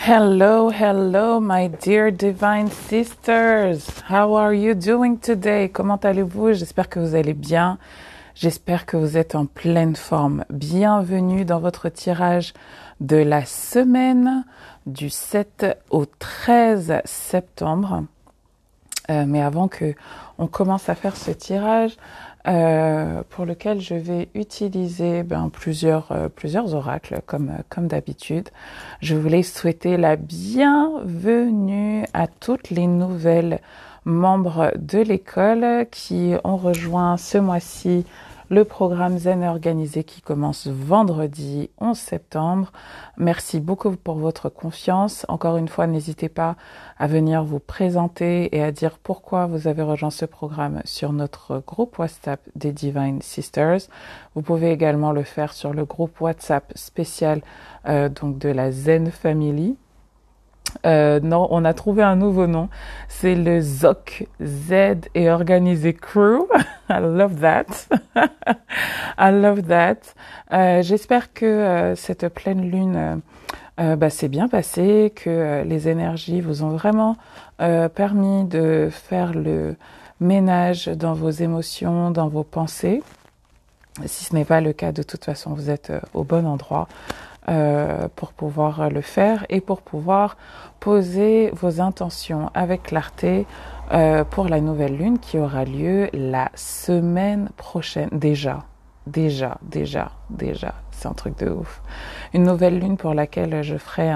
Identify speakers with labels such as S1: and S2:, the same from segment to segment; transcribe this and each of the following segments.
S1: Hello, hello, my dear divine sisters. How are you doing today? Comment allez-vous? J'espère que vous allez bien. J'espère que vous êtes en pleine forme. Bienvenue dans votre tirage de la semaine du 7 au 13 septembre. Mais avant que on commence à faire ce tirage, pour lequel je vais utiliser plusieurs oracles comme d'habitude. Je voulais souhaiter la bienvenue à toutes les nouvelles membres de l'école qui ont rejoint ce mois-ci le programme Zen Organisé qui commence vendredi 11 septembre. Merci beaucoup pour votre confiance. Encore une fois, n'hésitez pas à venir vous présenter et à dire pourquoi vous avez rejoint ce programme sur notre groupe WhatsApp des Divine Sisters. Vous pouvez également le faire sur le groupe WhatsApp spécial donc de la Zen Family. Non, on a trouvé un nouveau nom. C'est le ZOC, Z et Organisé Crew. I love that. I love that. J'espère que cette pleine lune s'est bien passée, que les énergies vous ont vraiment permis de faire le ménage dans vos émotions, dans vos pensées. Si ce n'est pas le cas, de toute façon, vous êtes au bon endroit. Pour pouvoir le faire et pour pouvoir poser vos intentions avec clarté pour la nouvelle lune qui aura lieu la semaine prochaine. Déjà, c'est un truc de ouf. Une nouvelle lune pour laquelle je ferai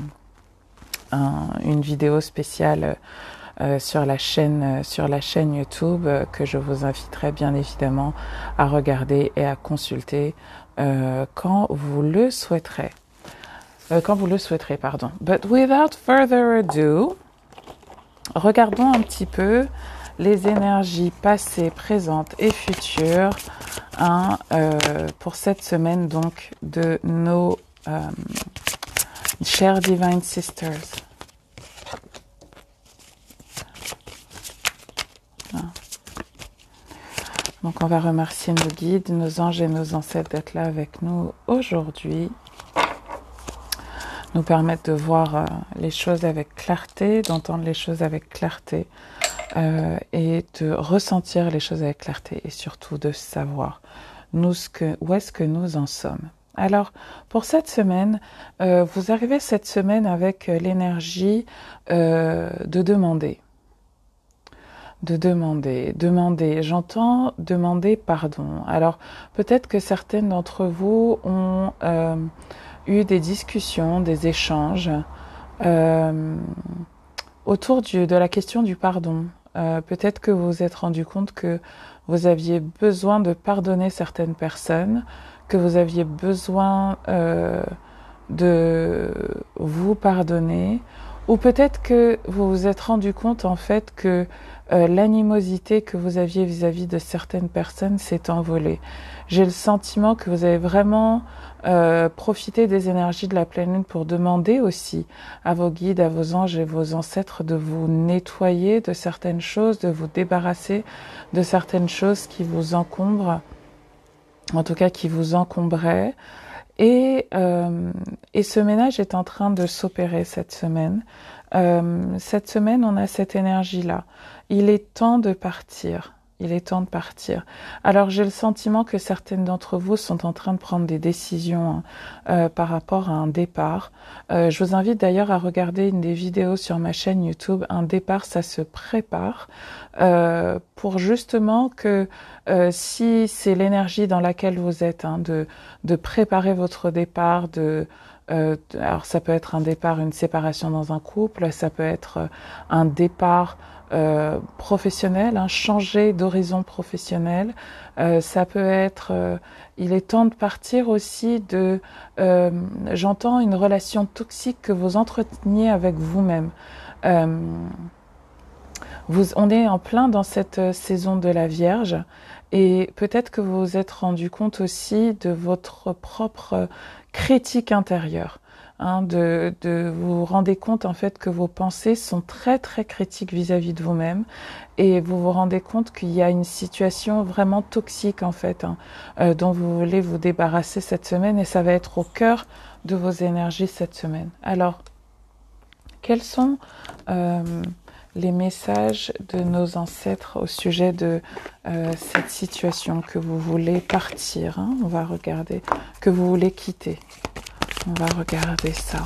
S1: une vidéo spéciale sur la chaîne YouTube que je vous inviterai bien évidemment à regarder et à consulter quand vous le souhaiterez. But without further ado, regardons un petit peu les énergies passées, présentes et futures pour cette semaine donc de nos chers Divine Sisters. Donc on va remercier nos guides, nos anges et nos ancêtres d'être là avec nous aujourd'hui, nous permettre de voir les choses avec clarté, d'entendre les choses avec clarté et de ressentir les choses avec clarté et surtout de savoir où est-ce que nous en sommes. Alors pour cette semaine, vous arrivez cette semaine avec l'énergie de demander. J'entends demander pardon. Alors peut-être que certaines d'entre vous ont eu des discussions, des échanges autour de la question du pardon. Peut-être que vous vous êtes rendu compte que vous aviez besoin de pardonner certaines personnes, que vous aviez besoin de vous pardonner, ou peut-être que vous vous êtes rendu compte en fait que l'animosité que vous aviez vis-à-vis de certaines personnes s'est envolée. J'ai le sentiment que vous avez vraiment profité des énergies de la pleine lune pour demander aussi à vos guides, à vos anges et vos ancêtres de vous nettoyer de certaines choses, de vous débarrasser de certaines choses qui vous encombrent, en tout cas qui vous encombraient. Et ce ménage est en train de s'opérer cette semaine. Cette semaine, on a cette énergie-là. Il est temps de partir. Alors, j'ai le sentiment que certaines d'entre vous sont en train de prendre des décisions par rapport à un départ. Je vous invite d'ailleurs à regarder une des vidéos sur ma chaîne YouTube. Un départ, ça se prépare pour justement que si c'est l'énergie dans laquelle vous êtes, de préparer votre départ, alors ça peut être un départ, une séparation dans un couple, ça peut être un départ professionnel, changer d'horizon professionnel, ça peut être, il est temps de partir aussi j'entends une relation toxique que vous entreteniez avec vous-même. On est en plein dans cette saison de la Vierge et peut-être que vous vous êtes rendu compte aussi de votre propre critique intérieure. Vous vous rendez compte en fait que vos pensées sont très très critiques vis-à-vis de vous-même et vous vous rendez compte qu'il y a une situation vraiment toxique en fait dont vous voulez vous débarrasser cette semaine et ça va être au cœur de vos énergies cette semaine. Alors Quels sont les messages de nos ancêtres au sujet de cette situation que vous voulez partir, hein? On va regarder, que vous voulez quitter. On va regarder ça.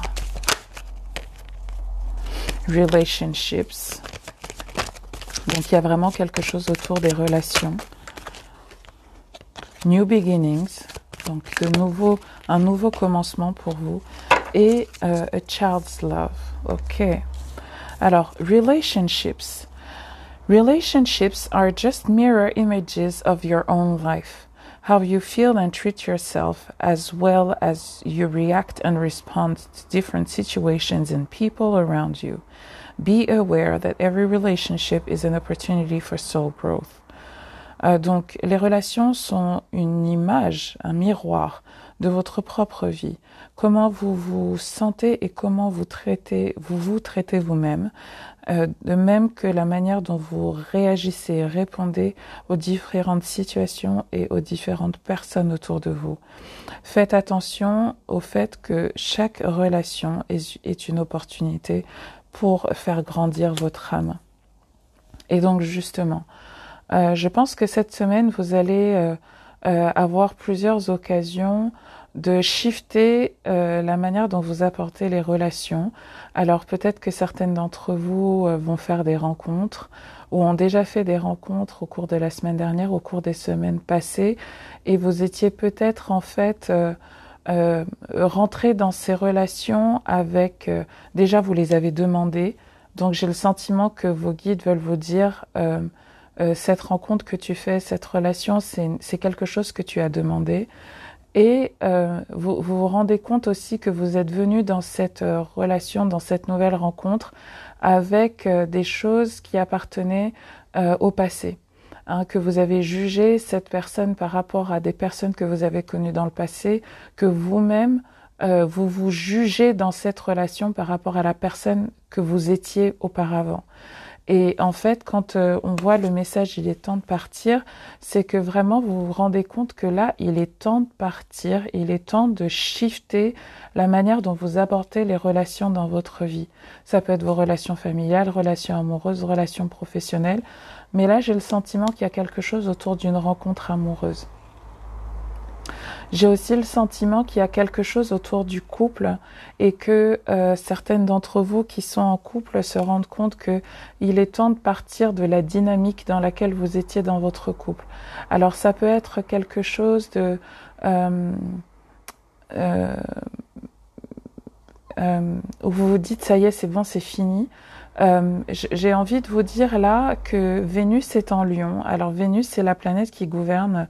S1: Relationships. Donc il y a vraiment quelque chose autour des relations. New beginnings. Donc un nouveau commencement pour vous. Et a child's love. Ok. Alors, relationships. Relationships are just mirror images of your own life. How you feel and treat yourself, as well as you react and respond to different situations and people around you. Be aware that every relationship is an opportunity for soul growth. Donc, les relations sont une image, un miroir de votre propre vie. Comment vous vous sentez et comment vous traitez vous-même, de même que la manière dont vous réagissez, répondez aux différentes situations et aux différentes personnes autour de vous. Faites attention au fait que chaque relation est une opportunité pour faire grandir votre âme. Et donc justement, je pense que cette semaine, vous allez avoir plusieurs occasions de shifter la manière dont vous apportez les relations. Alors peut-être que certaines d'entre vous vont faire des rencontres ou ont déjà fait des rencontres au cours de la semaine dernière, au cours des semaines passées, et vous étiez peut-être en fait rentré dans ces relations avec... déjà, vous les avez demandées, donc j'ai le sentiment que vos guides veulent vous dire... cette rencontre que tu fais, cette relation, c'est quelque chose que tu as demandé. Et vous vous rendez compte aussi que vous êtes venu dans cette relation, dans cette nouvelle rencontre, avec des choses qui appartenaient au passé. Hein, que vous avez jugé cette personne par rapport à des personnes que vous avez connues dans le passé, que vous-même, vous vous jugez dans cette relation par rapport à la personne que vous étiez auparavant. Et en fait, quand on voit le message « il est temps de partir », c'est que vraiment vous vous rendez compte que là, il est temps de partir, il est temps de shifter la manière dont vous abordez les relations dans votre vie. Ça peut être vos relations familiales, relations amoureuses, relations professionnelles, mais là, j'ai le sentiment qu'il y a quelque chose autour d'une rencontre amoureuse. J'ai aussi le sentiment qu'il y a quelque chose autour du couple et que certaines d'entre vous qui sont en couple se rendent compte qu'il est temps de partir de la dynamique dans laquelle vous étiez dans votre couple. Alors ça peut être quelque chose de... où vous vous dites ça y est, c'est bon, c'est fini. J'ai envie de vous dire là que Vénus est en Lion. Alors Vénus, c'est la planète qui gouverne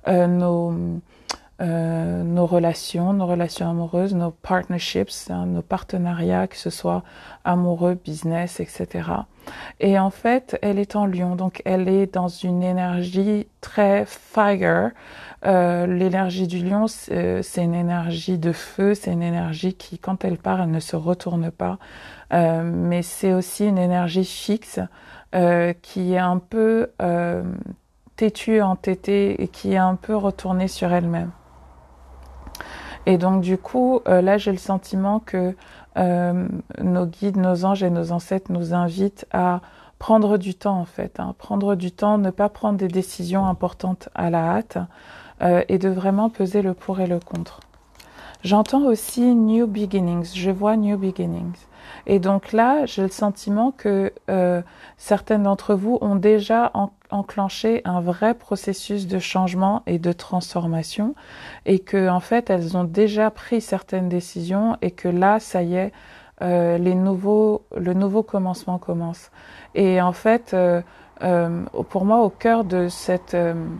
S1: nos relations amoureuses, nos partnerships, hein, nos partenariats, que ce soit amoureux, business, etc. Et en fait, elle est en Lion, donc elle est dans une énergie très fire. L'énergie du Lion, c'est une énergie de feu, c'est une énergie qui, quand elle part, elle ne se retourne pas. Mais c'est aussi une énergie fixe qui est un peu têtue, entêtée et qui est un peu retournée sur elle-même. Et donc du coup, là j'ai le sentiment que nos guides, nos anges et nos ancêtres nous invitent à prendre du temps en fait, hein, prendre du temps, ne pas prendre des décisions importantes à la hâte et de vraiment peser le pour et le contre. J'entends aussi New Beginnings, je vois New Beginnings. Et donc là, j'ai le sentiment que certaines d'entre vous ont déjà enclenché un vrai processus de changement et de transformation et que en fait, elles ont déjà pris certaines décisions et que là, ça y est, le nouveau commencement commence. Et en fait, pour moi, au cœur de cette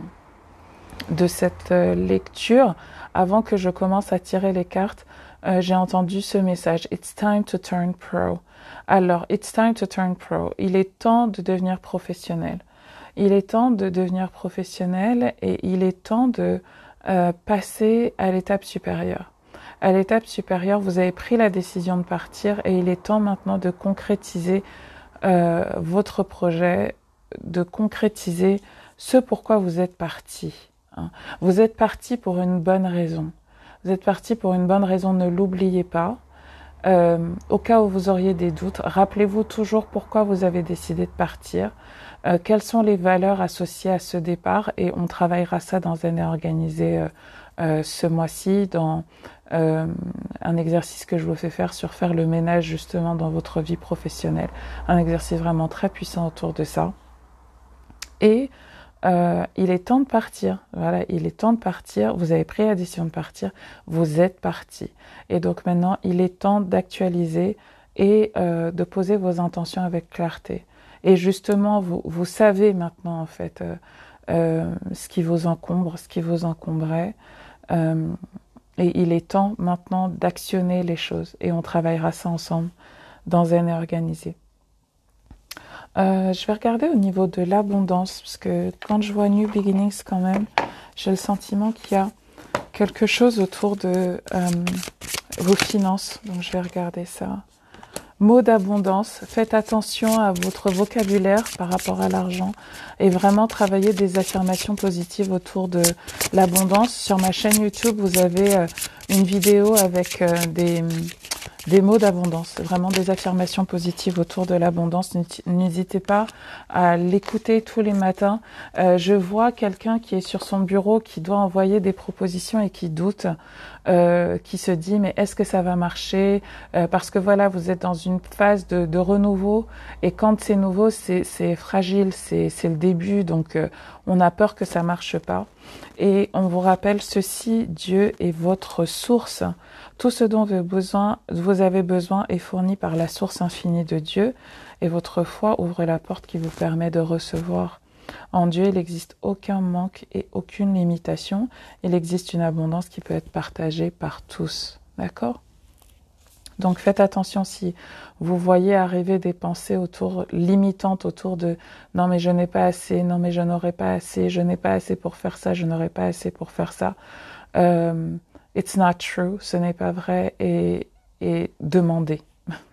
S1: lecture, avant que je commence à tirer les cartes, j'ai entendu ce message. It's time to turn pro. Alors, it's time to turn pro. Il est temps de devenir professionnel. Il est temps de devenir professionnel et il est temps de passer à l'étape supérieure. À l'étape supérieure, vous avez pris la décision de partir et il est temps maintenant de concrétiser votre projet, de concrétiser ce pourquoi vous êtes parti. Hein. Vous êtes parti pour une bonne raison. Vous êtes parti pour une bonne raison, ne l'oubliez pas. Au cas où vous auriez des doutes, rappelez-vous toujours pourquoi vous avez décidé de partir, quelles sont les valeurs associées à ce départ, et on travaillera ça dans un organisé ce mois-ci, dans un exercice que je vous fais faire sur faire le ménage justement dans votre vie professionnelle, un exercice vraiment très puissant autour de ça. Et il est temps de partir. Voilà, il est temps de partir. Vous avez pris la décision de partir. Vous êtes parti. Et donc maintenant, il est temps d'actualiser et de poser vos intentions avec clarté. Et justement, vous savez maintenant en fait ce qui vous encombre, ce qui vous encombrait. Et il est temps maintenant d'actionner les choses. Et on travaillera ça ensemble dans un organisé. Je vais regarder au niveau de l'abondance, parce que quand je vois New Beginnings quand même, j'ai le sentiment qu'il y a quelque chose autour de vos finances. Donc je vais regarder ça. Mot d'abondance, faites attention à votre vocabulaire par rapport à l'argent et vraiment travailler des affirmations positives autour de l'abondance. Sur ma chaîne YouTube, vous avez une vidéo avec des mots d'abondance, vraiment des affirmations positives autour de l'abondance. N'hésitez pas à l'écouter tous les matins. Je vois quelqu'un qui est sur son bureau, qui doit envoyer des propositions et qui doute, qui se dit mais est-ce que ça va marcher, parce que voilà, vous êtes dans une phase de renouveau, et quand c'est nouveau, c'est fragile, c'est le début, donc on a peur que ça marche pas. Et on vous rappelle ceci: Dieu est votre source. Tout ce dont vous avez besoin est fourni par la source infinie de Dieu, et votre foi ouvre la porte qui vous permet de recevoir. En Dieu, il n'existe aucun manque et aucune limitation. Il existe une abondance qui peut être partagée par tous. D'accord ? Donc faites attention si vous voyez arriver des pensées limitantes autour de « non mais je n'ai pas assez, non mais je n'aurai pas assez, je n'ai pas assez pour faire ça, je n'aurai pas assez pour faire ça ». It's not true, ce n'est pas vrai, et demandez, d'accord ?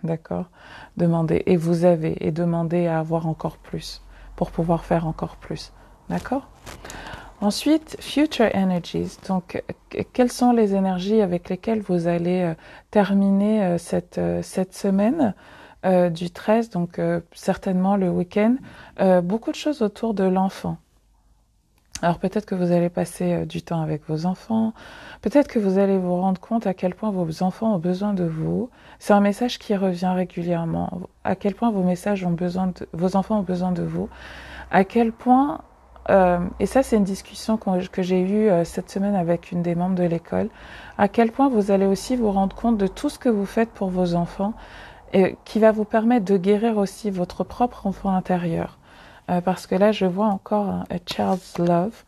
S1: Demandez, et vous avez, et demandez à avoir encore plus, pour pouvoir faire encore plus, d'accord ? Ensuite, Future Energies, donc quelles sont les énergies avec lesquelles vous allez terminer cette semaine du 13, donc certainement le week-end, beaucoup de choses autour de l'enfant. Alors peut-être que vous allez passer du temps avec vos enfants, peut-être que vous allez vous rendre compte à quel point vos enfants ont besoin de vous. C'est un message qui revient régulièrement, à quel point vos enfants ont besoin de vous, à quel point, et ça c'est une discussion que j'ai eue cette semaine avec une des membres de l'école, à quel point vous allez aussi vous rendre compte de tout ce que vous faites pour vos enfants, et qui va vous permettre de guérir aussi votre propre enfant intérieur. Parce que là, je vois encore A Child's Love.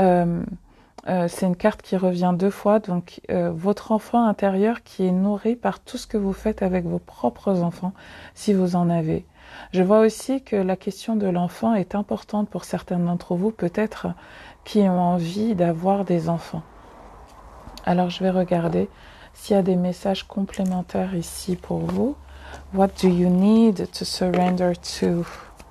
S1: C'est une carte qui revient 2 fois. Donc, votre enfant intérieur qui est nourri par tout ce que vous faites avec vos propres enfants, si vous en avez. Je vois aussi que la question de l'enfant est importante pour certains d'entre vous, peut-être, qui ont envie d'avoir des enfants. Alors, je vais regarder s'il y a des messages complémentaires ici pour vous. What do you need to surrender to?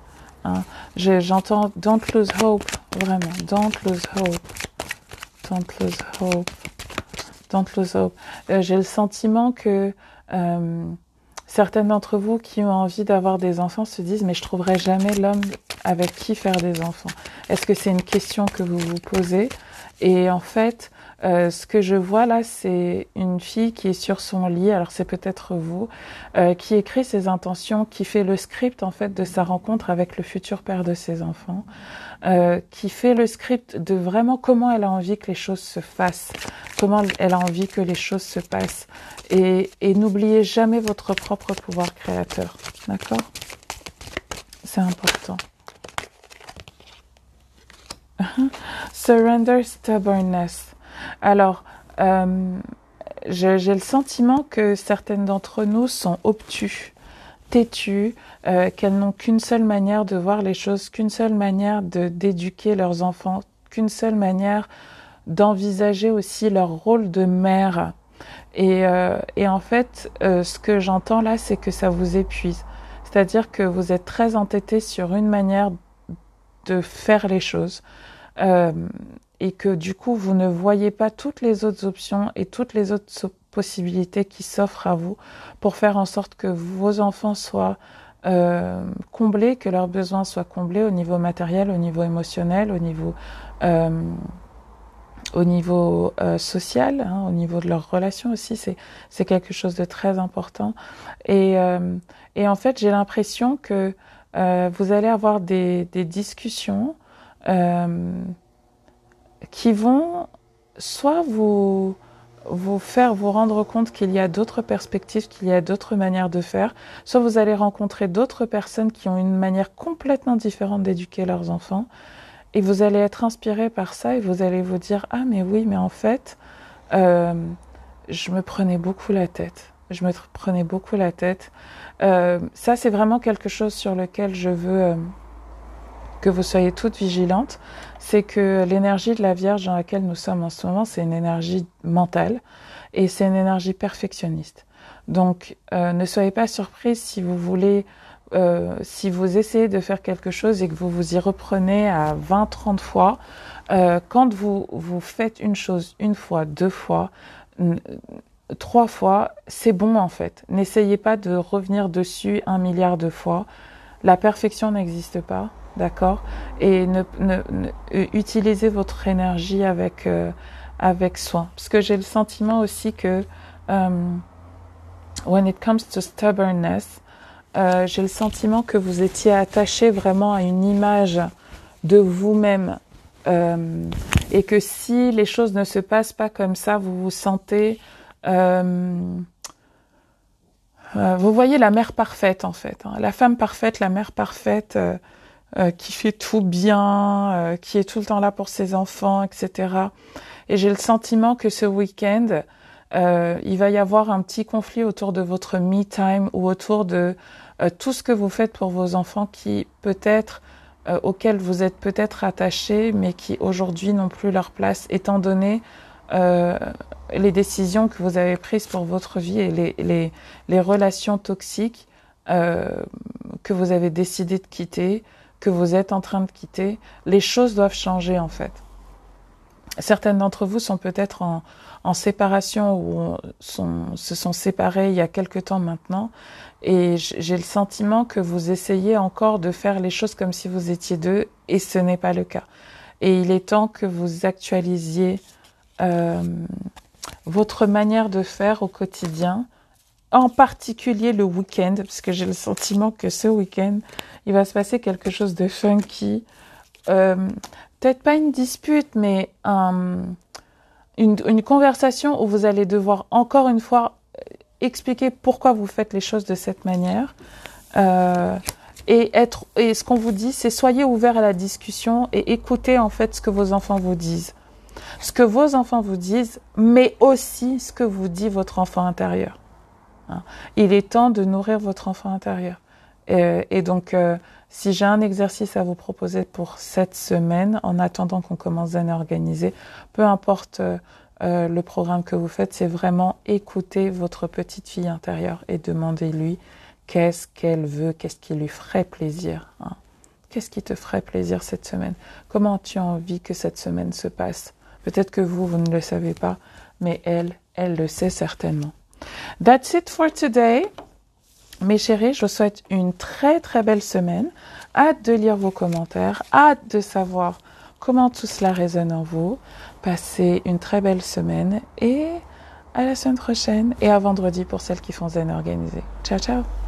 S1: J'entends don't lose hope, vraiment, don't lose hope, don't lose hope, don't lose hope. J'ai le sentiment que certaines d'entre vous qui ont envie d'avoir des enfants se disent mais je trouverai jamais l'homme avec qui faire des enfants. Est-ce que c'est une question que vous vous posez? Et en fait, ce que je vois là, c'est une fille qui est sur son lit, alors c'est peut-être vous, qui écrit ses intentions, qui fait le script en fait de sa rencontre avec le futur père de ses enfants, qui fait le script de vraiment comment elle a envie que les choses se fassent, comment elle a envie que les choses se passent. Et n'oubliez jamais votre propre pouvoir créateur, d'accord ? C'est important. Surrender stubbornness. Alors, j'ai le sentiment que certaines d'entre nous sont obtus, têtus, qu'elles n'ont qu'une seule manière de voir les choses, qu'une seule manière d'éduquer leurs enfants, qu'une seule manière d'envisager aussi leur rôle de mère. Et en fait, ce que j'entends là, c'est que ça vous épuise. C'est-à-dire que vous êtes très entêtés sur une manière de faire les choses. Et que du coup, vous ne voyez pas toutes les autres options et toutes les autres possibilités qui s'offrent à vous pour faire en sorte que vos enfants soient comblés, que leurs besoins soient comblés au niveau matériel, au niveau émotionnel, euh, au niveau social, hein, au niveau de leurs relations aussi, c'est quelque chose de très important. Et en fait, j'ai l'impression que vous allez avoir des discussions qui vont soit vous faire vous rendre compte qu'il y a d'autres perspectives, qu'il y a d'autres manières de faire, soit vous allez rencontrer d'autres personnes qui ont une manière complètement différente d'éduquer leurs enfants, et vous allez être inspiré par ça, et vous allez vous dire « Ah mais oui, mais en fait, je me prenais beaucoup la tête. Je me prenais beaucoup la tête. » Ça, c'est vraiment quelque chose sur lequel je veux que vous soyez toutes vigilantes. C'est que l'énergie de la Vierge dans laquelle nous sommes en ce moment, c'est une énergie mentale et c'est une énergie perfectionniste. Donc, ne soyez pas surprise si vous voulez, si vous essayez de faire quelque chose et que vous vous y reprenez à 20, 30 fois, quand vous faites une chose une fois, deux fois, 3 fois, c'est bon en fait. N'essayez pas de revenir dessus 1 milliard de fois. La perfection n'existe pas. D'accord? Et utilisez votre énergie avec soin. Parce que j'ai le sentiment aussi que when it comes to stubbornness, j'ai le sentiment que vous étiez attaché vraiment à une image de vous-même et que si les choses ne se passent pas comme ça, vous vous sentez... vous voyez la mère parfaite en fait, hein, la femme parfaite, la mère parfaite... qui fait tout bien, qui est tout le temps là pour ses enfants, etc. Et j'ai le sentiment que ce week-end, il va y avoir un petit conflit autour de votre me time ou autour de tout ce que vous faites pour vos enfants qui peut-être, auxquels vous êtes peut-être attachés, mais qui aujourd'hui n'ont plus leur place, étant donné les décisions que vous avez prises pour votre vie et les relations toxiques que vous avez décidé de quitter, que vous êtes en train de quitter, les choses doivent changer en fait. Certaines d'entre vous sont peut-être en séparation ou se sont séparés il y a quelque temps maintenant, et j'ai le sentiment que vous essayez encore de faire les choses comme si vous étiez deux, et ce n'est pas le cas. Et il est temps que vous actualisiez votre manière de faire au quotidien, en particulier le week-end, parce que j'ai le sentiment que ce week-end, il va se passer quelque chose de funky. Peut-être pas une dispute, mais une conversation où vous allez devoir encore une fois expliquer pourquoi vous faites les choses de cette manière. Et ce qu'on vous dit, c'est soyez ouverts à la discussion et écoutez en fait ce que vos enfants vous disent. Ce que vos enfants vous disent, mais aussi ce que vous dit votre enfant intérieur. Il est temps de nourrir votre enfant intérieur. Et donc, si j'ai un exercice à vous proposer pour cette semaine, en attendant qu'on commence à organiser, peu importe le programme que vous faites, c'est vraiment écouter votre petite fille intérieure et demandez-lui qu'est-ce qu'elle veut, qu'est-ce qui lui ferait plaisir. Hein. Qu'est-ce qui te ferait plaisir cette semaine? Comment as-tu envie que cette semaine se passe? Peut-être que vous ne le savez pas, mais elle le sait certainement. That's it for today. Mes chéris, je vous souhaite une très très belle semaine. Hâte de lire vos commentaires, hâte de savoir comment tout cela résonne en vous. Passez une très belle semaine et à la semaine prochaine et à vendredi pour celles qui font Zen Organisé. Ciao, ciao!